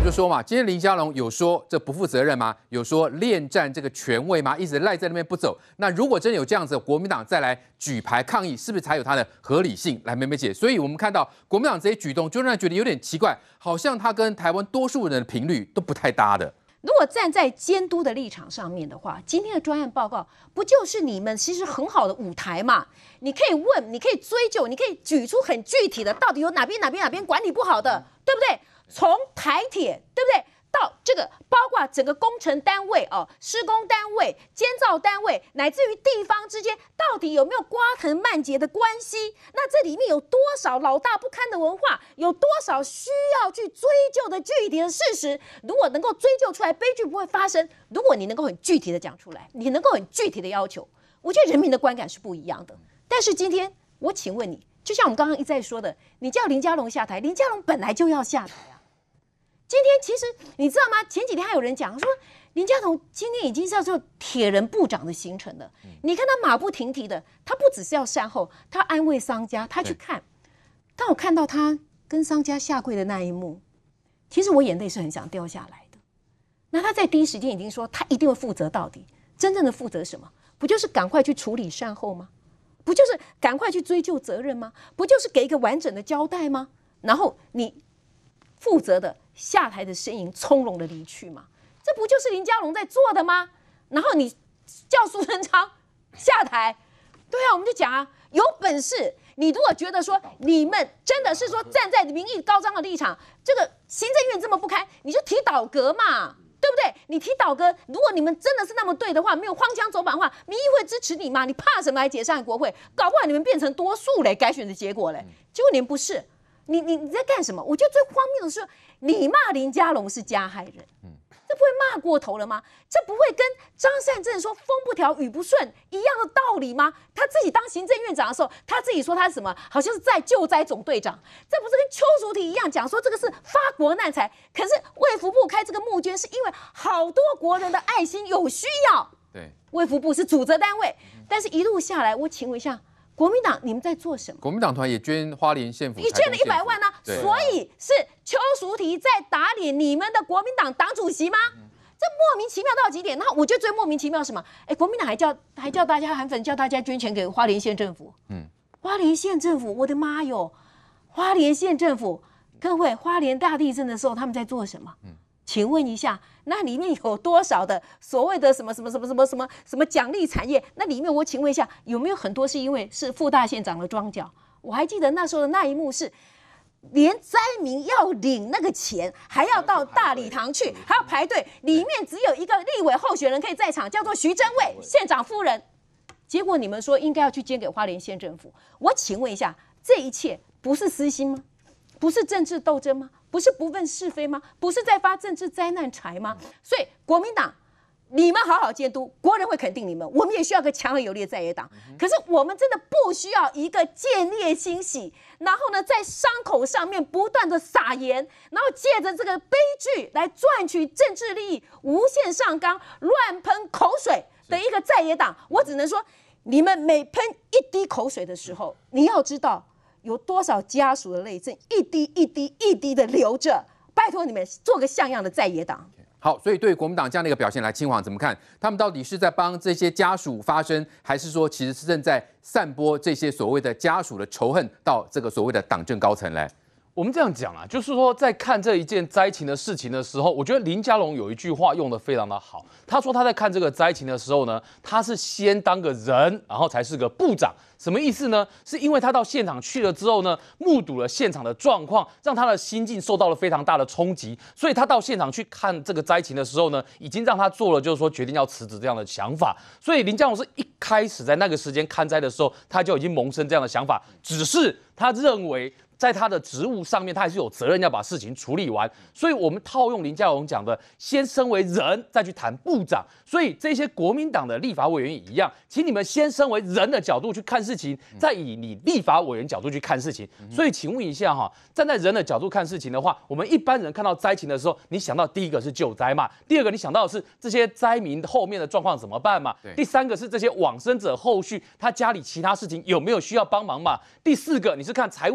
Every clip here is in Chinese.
就说嘛，今天林佳龙有说这不负责任吗？有说恋战这个权位吗？一直赖在那边不走。那如果真的有这样子，国民党再来举牌抗议，是不是才有它的合理性？来，梅梅姐，所以我们看到国民党这些举动，就让人觉得有点奇怪，好像他跟台湾多数人的频率都不太搭的。 如果站在监督的立场上面的话，今天的专案报告不就是你们其实很好的舞台嘛？你可以问，你可以追究，你可以举出很具体的，到底有哪边管理不好的，对不对？从台铁，对不对？到这个包括整个工程单位哦，施工单位、监造单位，乃至于地方之间，到底有没有瓜藤蔓结的关系？那这里面有多少老大不堪的文化？有多少需要去追究的具体的事实？如果能够追究出来，悲剧不会发生。如果你能够很具体的讲出来，你能够很具体的要求，我觉得人民的观感是不一样的。但是今天我请问你，就像我们刚刚一再说的，你叫林佳龙下台，林佳龙本来就要下台啊。今天其实你知道吗？前几天还有人讲说，林佳龙今天已经是要做铁人部长的行程了。你看他马不停蹄的，他不只是要善后，他安慰商家，他去看。当我看到他跟商家下跪的那一幕，其实我眼泪是很想掉下来的。那他在第一时间已经说，他一定会负责到底。真正的负责什么？不就是赶快去处理善后吗？不就是赶快去追究责任吗？不就是给一个完整的交代吗？然后你负责的下台的身影从容的离去吗？这不就是林佳龙在做的吗？然后你叫苏贞昌下台，对啊，我们就讲啊，有本事你如果觉得说你们真的是说站在民意高涨的立场，这个行政院这么不堪，你就提倒阁嘛。对不对？你提倒阁，如果你们真的是那么对的话，没有荒腔走板的话，民意会支持你吗？你怕什么来解散国会？搞不好你们变成多数嘞，改选的结果嘞。结果你们不是，你在干什么？我觉得最荒谬的是，你骂林佳龙是加害人，这不会骂过头了吗？这不会跟张善政说风不调雨不顺一样的道理吗？他自己当行政院长的时候，他自己说他是什么？好像是在救灾总队长，这不是跟邱淑媞一样讲说这个是发国难财？可是卫福部开这个募捐，是因为好多国人的爱心有需要。对，卫福部是主责单位，但是一路下来，我请问一下。国民党，你们在做什么？ 国民党团也捐花莲县府， 你捐了100万呢、所以是邱淑媞在打脸你们的国民党党主席吗？这莫名其妙到极点。那我觉得最莫名其妙是什么？哎，国民党还叫大家韩粉，叫大家捐钱给花莲县政府。花莲县政府，我的妈哟！花莲县政府，各位，花莲大地震的时候他们在做什么？请问一下，那里面有多少的所谓的什么奖励产业？那里面我请问一下，有没有很多是因为是副大县长的庄脚？我还记得那时候的那一幕是，连灾民要领那个钱，还要到大礼堂去，还要排队，里面只有一个立委候选人可以在场，叫做徐榛蔚县长夫人。结果你们说应该要去捐给花莲县政府，我请问一下，这一切不是私心吗？不是政治斗争吗？不是不问是非吗？不是在发政治灾难财吗？所以国民党，你们好好监督，国人会肯定你们。我们也需要个强而有力的在野党。可是我们真的不需要一个见猎欣喜，然后呢，在伤口上面不断的撒盐，然后借着这个悲剧来赚取政治利益，无限上纲，乱喷口水的一个在野党。我只能说，你们每喷一滴口水的时候，你要知道。有多少家属的泪正一滴一滴的流着？拜托你们做个像样的在野党。 好，所以对国民党这样的一个表现来，清华怎么看？他们到底是在帮这些家属发声，还是说其实是正在散播这些所谓的家属的仇恨到这个所谓的党政高层来？ 我们这样讲啊，就是说在看这一件灾情的事情的时候，我觉得林佳龙有一句话用得非常的好。他说他在看这个灾情的时候呢，他是先当个人，然后才是个部长。什么意思呢？是因为他到现场去了之后呢，目睹了现场的状况，让他的心境受到了非常大的冲击，所以他到现场去看这个灾情的时候呢，已经让他做了就是说决定要辞职这样的想法。所以林佳龙是一开始在那个时间看灾的时候，他就已经萌生这样的想法，只是他认为。在他的职务上面，他还是有责任要把事情处理完。所以，我们套用林佳龙讲的，先身为人，再去谈部长。所以，这些国民党的立法委员也一样，请你们先身为人的角度去看事情，再以你立法委员角度去看事情。所以，请问一下哈，站在人的角度看事情的话，我们一般人看到灾情的时候，你想到第一个是救灾嘛，第二个你想到的是这些灾民后面的状况怎么办嘛，第三个是这些往生者后续他家里其他事情有没有需要帮忙嘛，第四个你是看财务上面。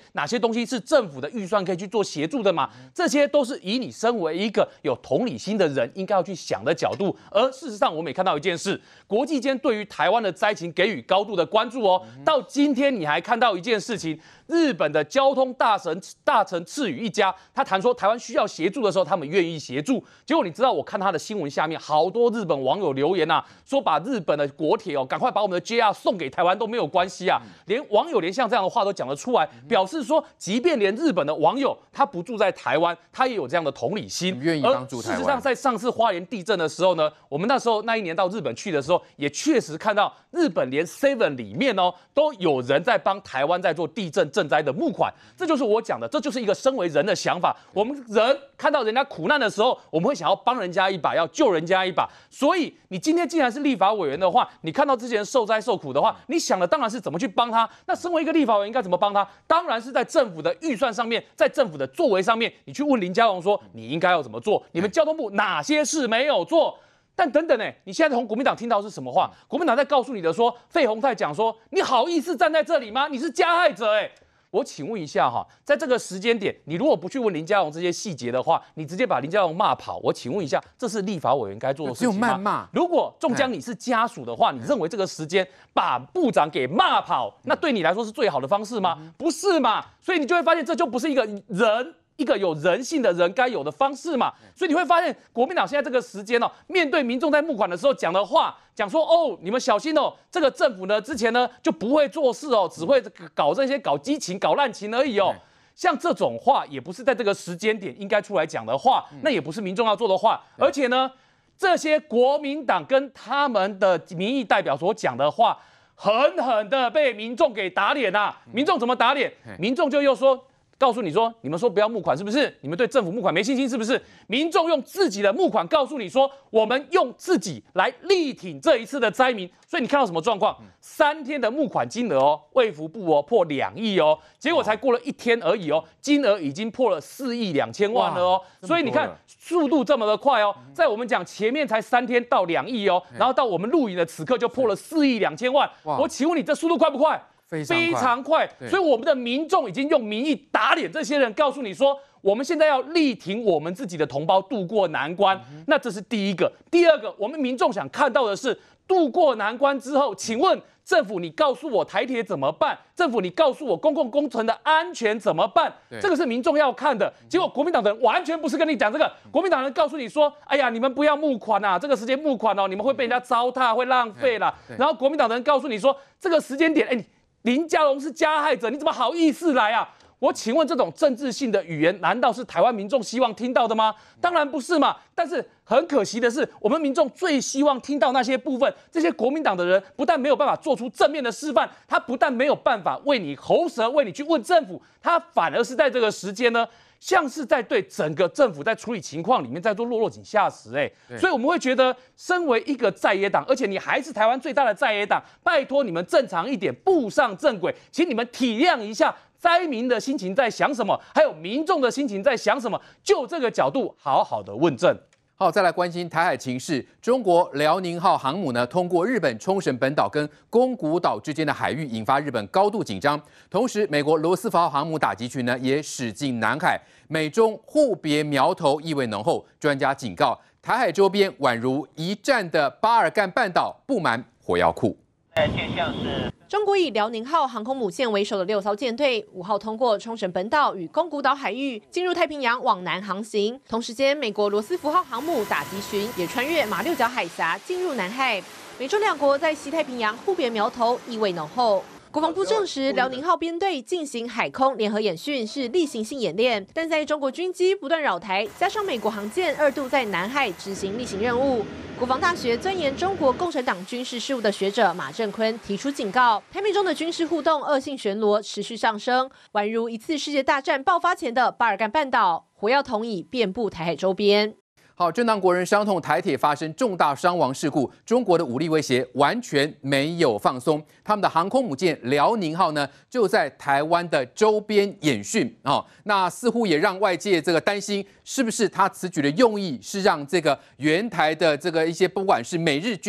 哪些东西是政府的预算可以去做协助的嘛？这些都是以你身为一个有同理心的人应该要去想的角度。而事实上，我们也看到一件事，国际间对于台湾的灾情给予高度的关注哦。到今天你还看到一件事情，日本的交通大臣赤羽一家，他谈说台湾需要协助的时候，他们愿意协助。结果你知道，我看他的新闻下面好多日本网友留言啊，说把日本的国铁赶快把我们的 JR 送给台湾都没有关系啊。网友连像这样的话都讲得出来，表示说，即便连日本的网友他不住在台湾，他也有这样的同理心， 愿意帮助台湾。 事实上，在上次花莲地震的时候呢，我们那一年到日本去的时候，也确实看到日本连 Seven 里面都有人在帮台湾在做地震赈灾的募款。这就是我讲的，这就是一个身为人的想法。我们人看到人家苦难的时候，我们会想要帮人家一把，要救人家一把。所以你今天既然是立法委员的话，你看到这些人受灾受苦的话，你想的当然是怎么去帮他。那身为一个立法委员应该怎么帮他？当然是在政府的预算上面，在政府的作为上面，你去问林佳龙说你应该要怎么做？你们交通部哪些事没有做？但等等你现在从国民党听到是什么话？国民党在告诉你的说，费鸿泰讲说，你好意思站在这里吗？你是加害者我请问一下在这个时间点，你如果不去问林佳龙这些细节的话，你直接把林佳龙骂跑，我请问一下，这是立法委员该做的事情吗？ 只有谩骂。 如果中江你是家属的话，你认为这个时间把部长给骂跑，那对你来说是最好的方式吗？不是嘛？所以你就会发现，这就不是一个有人性的人该有的方式嘛。所以你会发现，国民党现在这个时间面对民众在募款的时候讲的话，讲说你们小心这个政府呢之前呢就不会做事只会搞这些搞激情、搞滥情而已像这种话也不是在这个时间点应该出来讲的话，那也不是民众要做的话，而且呢，这些国民党跟他们的民意代表所讲的话，狠狠的被民众给打脸民众怎么打脸？民众就又说。告诉你说，你们说不要募款是不是？你们对政府募款没信心是不是？民众用自己的募款告诉你说，我们用自己来力挺这一次的灾民。所以你看到什么状况？3天的募款金额卫福部破2亿结果才过了1天而已金额已经破了4亿2千万了所以你看速度这么的快在我们讲前面才3天到2亿然后到我们录影的此刻就破了4亿2千万。我请问你这速度快不快？非常快，所以我们的民众已经用民意打脸这些人，告诉你说，我们现在要力挺我们自己的同胞渡过难关。那这是第一个。第二个，我们民众想看到的是，渡过难关之后，请问政府，你告诉我台铁怎么办？政府，你告诉我公共工程的安全怎么办？这个是民众要看的。结果国民党的人完全不是跟你讲这个，国民党人告诉你说，哎呀，你们不要募款这个时间募款你们会被人家糟蹋，会浪费啦。然后国民党的人告诉你说，这个时间点，林佳龙是加害者，你怎么好意思来我请问，这种政治性的语言，难道是台湾民众希望听到的吗？当然不是嘛。但是很可惜的是，我们民众最希望听到那些部分，这些国民党的人不但没有办法做出正面的示范，他不但没有办法为你喉舌，为你去问政府，他反而是在这个时间呢，像是在对整个政府在处理情况里面在做落井下石所以我们会觉得，身为一个在野党，而且你还是台湾最大的在野党，拜托你们正常一点，步上正轨，请你们体谅一下灾民的心情在想什么，还有民众的心情在想什么，就这个角度好好的问政。 好，再来关心台海情势。中国辽宁号航母呢，通过日本冲绳本岛跟宫古岛之间的海域，引发日本高度紧张。同时，美国罗斯福号航母打击群呢，也驶进南海，美中互别苗头意味浓厚。专家警告，台海周边宛如一战的巴尔干半岛布满火药库。 中国以辽宁号航空母舰为首的6艘舰队5号通过冲绳本岛与宫古岛海域，进入太平洋往南航行。同时间，美国罗斯福号航母打击群也穿越马六甲海峡进入南海。美中两国在西太平洋互别苗头，意味浓厚。国防部证实，辽宁号编队进行海空联合演训是例行性演练，但在中国军机不断扰台，加上美国航舰2度在南海执行例行任务，国防大学钻研中国共产党军事事务的学者马正坤提出警告：台美中的军事互动恶性旋螺持续上升，宛如一次世界大战爆发前的巴尔干半岛，火药桶已遍布台海周边。 好，正当国人伤痛台铁发生重大伤亡事故，中国的武力威胁完全没有放松。他们的航空母舰辽宁号呢，就在台湾的周边演训那似乎也让外界这个担心，是不是他此举的用意是让这个援台的这个一些不管是美日军队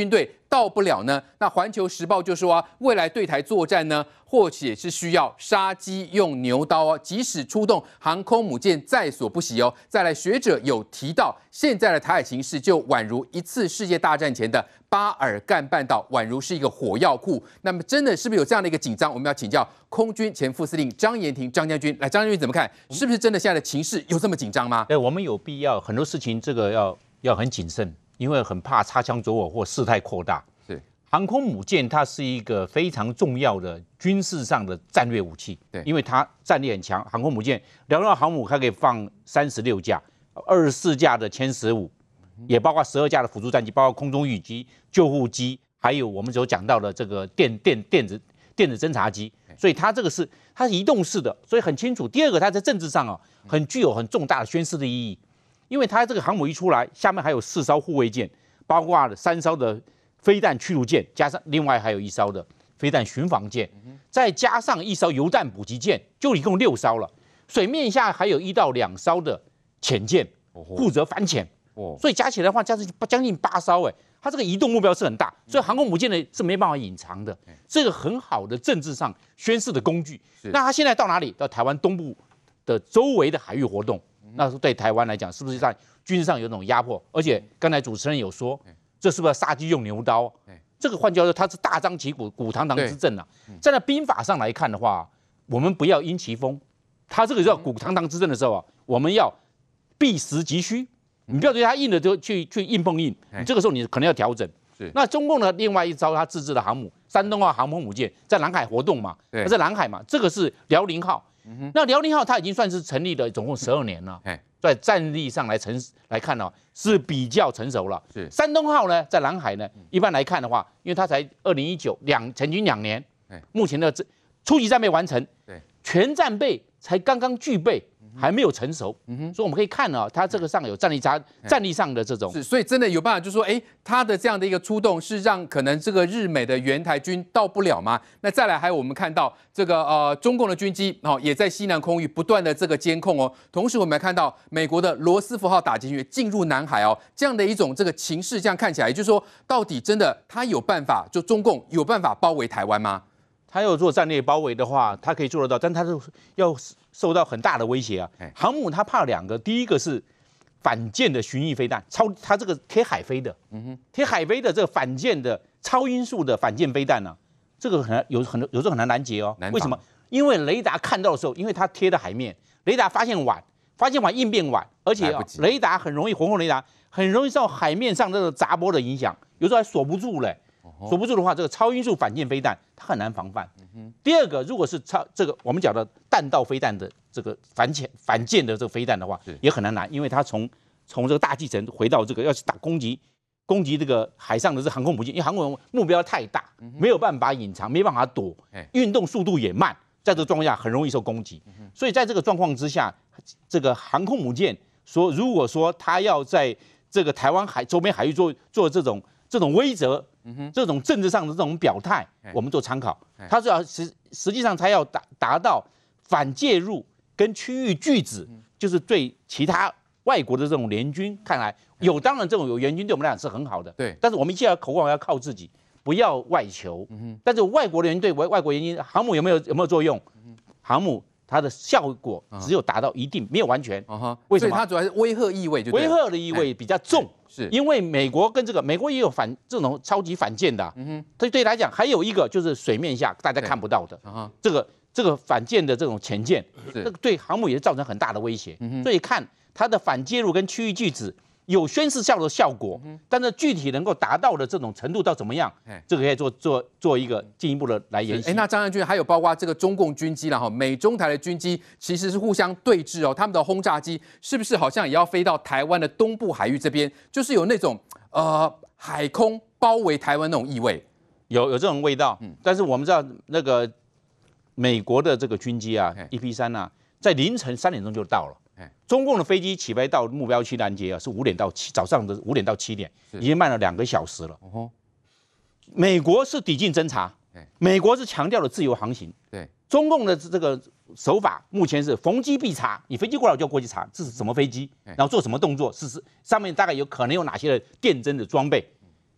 到不了呢？那环球时报就说啊，未来对台作战呢，或许是需要杀鸡用牛刀哦，即使出动航空母舰在所不惜哦。再来，学者有提到，现在的台海情势就宛如一次世界大战前的巴尔干半岛，宛如是一个火药库。那么，真的是不是有这样的一个紧张？我们要请教空军前副司令张延廷张将军。来，张将军怎么看？是不是真的现在的情势有这么紧张吗？ 对，我们有必要很多事情这个要很谨慎，因为很怕擦枪走火或事态扩大。 是航空母舰，它是一个非常重要的军事上的战略武器。 对， 因为它战力很强。航空母舰，辽宁号航母它可以放36架，24架的歼15，也包括12架的辅助战机，包括空中预机、救护机，还有我们所讲到的这个电子侦察机。所以它这个是移动式的，所以很清楚。第二个，它在政治上具有很重大的宣示的意义。因为它这个航母一出来，下面还有4艘护卫舰，包括3艘的飞弹驱逐舰，加上另外还有1艘的飞弹巡防舰，再加上1艘油弹补给舰，就一共6艘了。水面下还有1到2艘的潜舰，负责反潜。所以加起来的话，将近8艘。它这个移动目标是很大，所以航空母舰呢是没办法隐藏的，这个很好的政治上宣示的工具。那它现在到哪里？到台湾东部的周围的海域活动。那对台湾来讲，是不是在军事上有那种压迫？而且刚才主持人有说，这是不是杀鸡用牛刀？这个换句话说，它是大张旗鼓、鼓堂堂之政啊。在那兵法上来看的话，我们不要因其风。它这个叫鼓堂堂之政的时候啊，我们要避实击虚。你不要对它硬的就去硬碰硬，你这个时候你可能要调整。那中共的另外一招，它自制的航母山东号航空母舰在南海活动嘛，它在南海嘛，这个是辽宁号。那辽宁号它已经算是成立了总共12年了，在战力上来看呢，是比较成熟了。山东号呢，在南海呢，一般来看的话，因为它才2019成军2年，目前的初级战备完成，全战备才刚刚具备。还没有成熟，所以我们可以看啊，它这个上有战力上的这种， 所以真的有办法，就是说，它的这样的一个出动是让可能这个日美的援台军到不了吗？那再来还有我们看到这个中共的军机也在西南空域不断的这个监控哦，同时我们还看到美国的罗斯福号打击群进入南海哦，这样的一种这个情势，这样看起来，也就是说，到底真的它有办法，就中共有办法包围台湾吗？ 他要做战略包围的话，他可以做得到，但他是要受到很大的威胁啊。航母它怕2个，第一个是反舰的巡弋飞弹，它这个贴海飞的，贴海飞的这个反舰的超音速的反舰飞弹呢，这个有时候很难拦截哦。为什么？因为雷达看到的时候，因为它贴的海面，雷达发现晚应变晚，而且雷达很容易混合雷达很容易受海面上这个杂波的影响，有时候还锁不住嘞。锁不住的话，这个超音速反舰飞弹它很难防范。第二个，如果是这个我们讲的弹道飞弹的这个反舰的这个飞弹的话，也很难拿，因为它从这个大气层回到这个要去打攻击这个海上的这航空母舰，因为航空目标太大，没有办法隐藏，没办法躲，运动速度也慢，在这个状况下很容易受攻击。所以在这个状况之下，这个航空母舰如果说它要在这个台湾周边海域做这种威慑。这种政治上的这种表态，我们做参考。它主要实际上它要达到反介入跟区域拒止，就是对其他外国的这种联军看来当然这种有援军对我们来讲是很好的，但是我们一切口望要靠自己，不要外求。但是外国的援对外国援军，航母有没有作用？航母它的效果只有达到一定，没有完全。为什么？ 所以它主要是威吓意味， 威吓的意味比较重。是因为美国也有这种超级反舰的，对来讲还有一个就是水面下大家看不到的，这个反舰的这种潜舰，这个对航母也造成很大的威胁。所以看它的反介入跟区域拒止有宣示的效果，但是具体能够达到的这种程度到怎么样，这个可以做一个进一步的来研析。 那张将军还有包括这个中共军机啦，美中台的军机其实是互相对峙哦，他们的轰炸机是不是好像也要飞到台湾的东部海域这边，就是有那种海空包围台湾那种意味？ 有这种味道，但是我们知道那个美国的这个军机啊，EP3啊，在凌晨3点钟就到了。中共的飞机起飞到目标区拦截啊，是早上的5点到7点，已经慢了2个小时了。美国是抵近侦察，美国是强调了自由航行。中共的这个手法目前是逢机必查，你飞机过来我就要过去查这是什么飞机，然后做什么动作，上面大概可能有哪些的电侦的装备。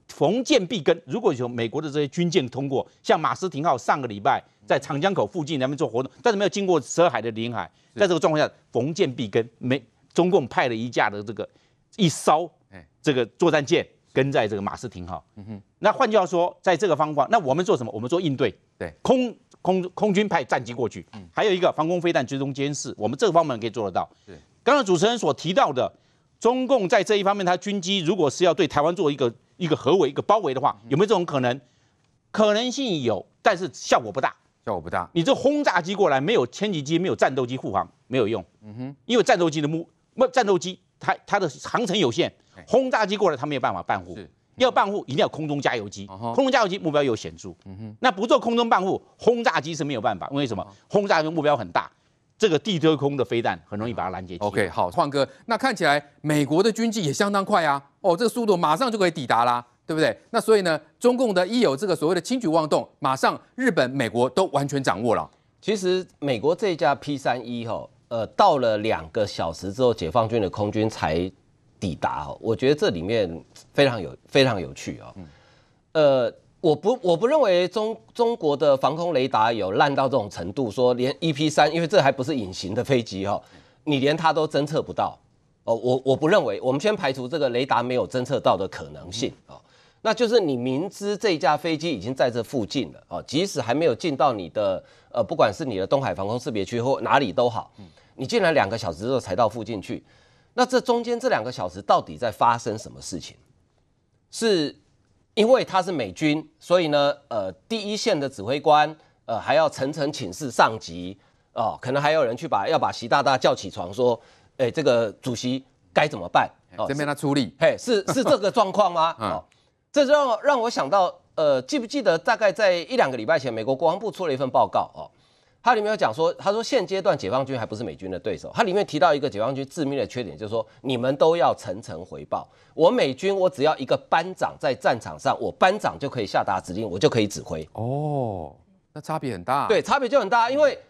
逢舰必跟。如果有美国的这些军舰通过，像马斯廷号上个礼拜在长江口附近那边做活动，但是没有经过12海的领海，在这个状况下，逢舰必跟。中共派了一架的一艘这个作战舰跟在这个马斯廷号。那换句话说，在这个方法，那我们做什么？我们做应对， 对， 空军派战机过去，还有一个防空飞弹追踪监视，我们这个方面可以做得到。刚刚主持人所提到的，中共在这一方面，它军机如果是要对台湾做一个合围、一个包围的话，有没有这种可能？可能性有，但是效果不大。 效果不大。 你这轰炸机过来，没有歼击机，没有战斗机护航，没有用。因为战斗机它的航程有限，轰炸机过来它没有办法伴护。要伴护，一定要空中加油机。空中加油机目标有显著。那不做空中伴护，轰炸机是没有办法。为什么？轰炸机目标很大。这个地对空的飞弹很容易把它拦截。 OK， 好，焕哥，那看起来美国的军机也相当快啊，这个速度马上就可以抵达啦，对不对？那所以呢，中共的一有这个所谓的轻举妄动，马上日本、美国都完全掌握了。 其实美国这一架 P31到了2个小时之后，解放军的空军才抵达我觉得这里面非常有趣我不认为中国的防空雷达有烂到这种程度，说连 EP3，因为这还不是隐形的飞机你连它都侦测不到我不认为。我们先排除这个雷达没有侦测到的可能性那就是你明知这一架飞机已经在这附近了即使还没有进到你的不管是你的东海防空识别区或哪里都好，你竟然2个小时之后才到附近去，那这中间这2个小时到底在发生什么事情？是因为他是美军，所以呢，第一线的指挥官，还要层层请示上级，可能还有人要把习大大叫起床，说，这个主席该怎么办？ 这边他出力， 是这个状况吗？这让我想到，记不记得大概在1-2个礼拜前，美国国防部出了一份报告它里面有讲说，他说现阶段解放军还不是美军的对手。它里面提到一个解放军致命的缺点，就是说你们都要层层回报。我美军，我只要一个班长在战场上，我班长就可以下达指令，我就可以指挥。 那差别很大。 对，差别就很大，因为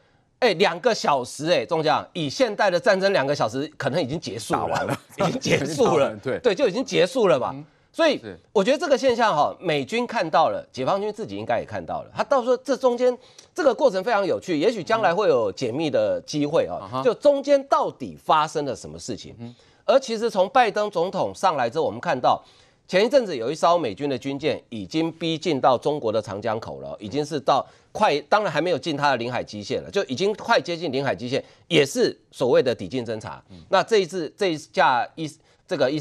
2个小时中将以现代的战争2个小时可能已经结束了， 打完了已经结束了，对，就已经结束了嘛。所以我觉得这个现象美军看到了，解放军自己应该也看到了。他到时候这中间这个过程非常有趣，也许将来会有解密的机会就中间到底发生了什么事情。而其实从拜登总统上来之后，我们看到前一阵子有一艘美军的军舰已经逼近到中国的长江口了，已经是到当然还没有进它的领海基线了，就已经快接近领海基线，也是所谓的抵近侦察。那这一架这个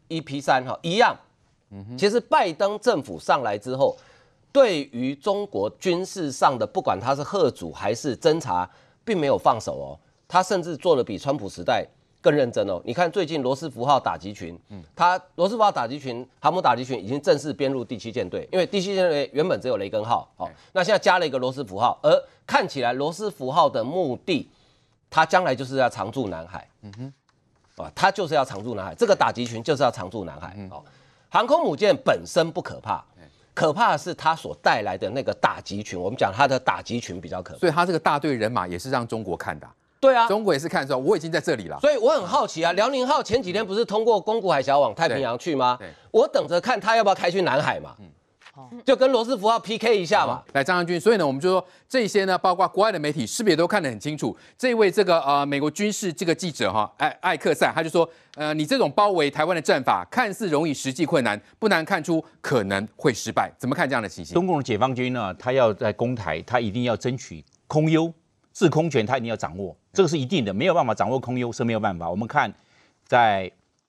EP3一样。其实拜登政府上来之后，对于中国军事上的不管他是嚇阻还是侦察，并没有放手他甚至做的比川普时代更认真你看最近罗斯福号打击群，罗斯福号打击群航母打击群已经正式编入第7舰队，因为第7舰队原本只有雷根号那现在加了一个罗斯福号，而看起来罗斯福号的目的，它将来就是要常驻南海，它就是要常驻南海，这个打击群就是要常驻南海航空母舰本身不可怕，可怕的是它所带来的那个打击群。我们讲它的打击群比较可怕， 所以它这个大队人马也是让中国看的。 对啊， 中国也是看说我已经在这里了。 所以我很好奇辽宁号前几天不是通过宫古海峡往太平洋去吗？我等着看他要不要开去南海嘛。就跟罗斯福号 PK 一下嘛。 来，张将军，所以呢，我们就说这些呢，包括国外的媒体是不是也都看得很清楚？这位美国军事这个记者艾克塞，他就说，你这种包围台湾的战法看似容易，实际困难，不难看出可能会失败。怎么看这样的情形？ 中共的解放军呢，他要在攻台，他一定要争取空优，制空权他一定要掌握，这个是一定的，没有办法掌握空优是没有办法。我们看，在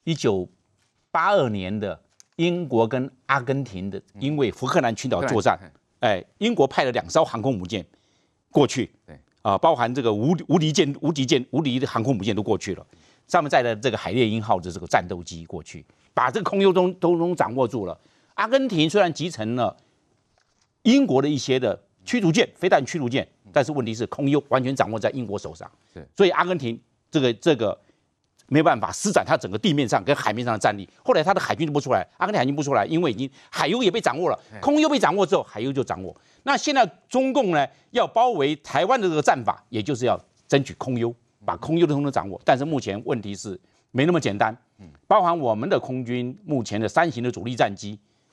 1982年的。英国跟阿根廷的，因为福克兰群岛作战，英国派了2艘航空母舰过去，包含这个无敌的航空母舰都过去了，上面载了这个海猎鹰号的这个战斗机过去，把这个空优都掌握住了。阿根廷虽然集成了英国的一些的驱逐舰、飞弹驱逐舰，但是问题是空优完全掌握在英国手上，所以阿根廷这个。没有办法施展他整个地面上跟海面上的战力，后来他的海军就不出来，阿根廷海军不出来，因为已经海优也被掌握了，空优被掌握之后，海优就掌握。那现在中共呢要包围台湾的这个战法，也就是要争取空优，把空优的通通掌握。但是目前问题是没那么简单，包含我们的空军目前的3型的主力战机，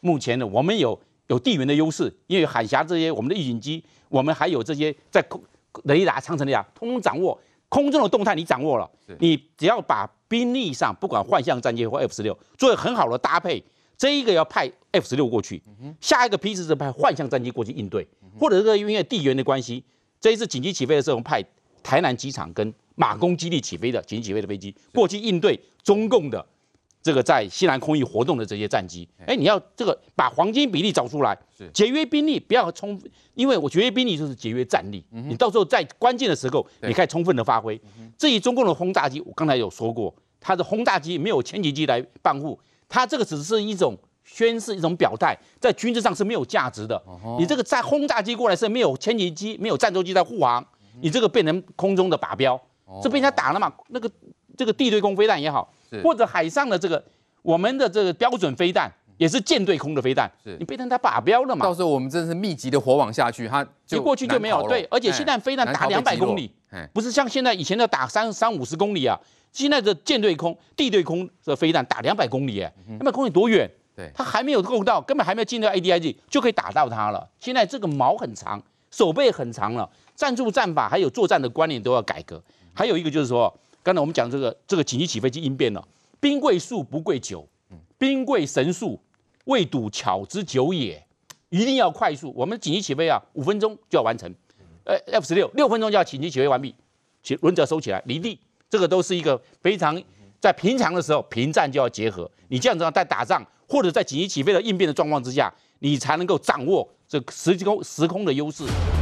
目前呢，我们有地缘的优势，因为海峡这些我们的预警机，我们还有这些在雷达、长程雷达，通通掌握空中的动态，你掌握了，你只要把兵力上不管幻象战机或 F-16做很好的搭配，这一个要派 F-16过去，下一个批次是派幻象战机过去应对，或者是因为地缘的关系，这一次紧急起飞的时候派台南机场跟马公基地起飞的紧急起飞的飞机过去应对中共的这个在西南空域活动的这些战机，你要这个把黄金比例找出来，节约兵力，不要因为我节约兵力就是节约战力，你到时候在关键的时候，你可以充分的发挥。至于中共的轰炸机，我刚才有说过，它的轰炸机没有前几机来帮护，它这个只是一种宣示、一种表态，在军事上是没有价值的。你这个在轰炸机过来是没有前几机、没有战斗机在护航，你这个变成空中的靶标，这被人家打了嘛？这个地对空飞弹也好。或者海上的我们的这个标准飞弹也是舰对空的飞弹，你被它靶标了嘛？ 到时候我们真的是密集的火网下去，它就过去就没有对，而且现在飞弹打200公里，不是像现在以前的打30-50公里啊，现在的舰对空、地对空的飞弹打200公里，200公里多远？对，它还没有够到，根本还没有进到 ADIZ 就可以打到它了。现在这个毛很长，手背很长了，战术战法还有作战的观念都要改革。还有一个就是说，刚才我们讲这个紧急起飞机应变了。兵贵速不贵久，兵贵神速，未睹巧之久也。一定要快速，我们紧急起飞5分钟就要完成。F-16 6分钟就要紧急起飞完毕，轮轴收起来离地，这个都是一个非常在平常的时候平战就要结合。你这样子在打仗或者在紧急起飞的应变的状况之下，你才能够掌握这时空的优势。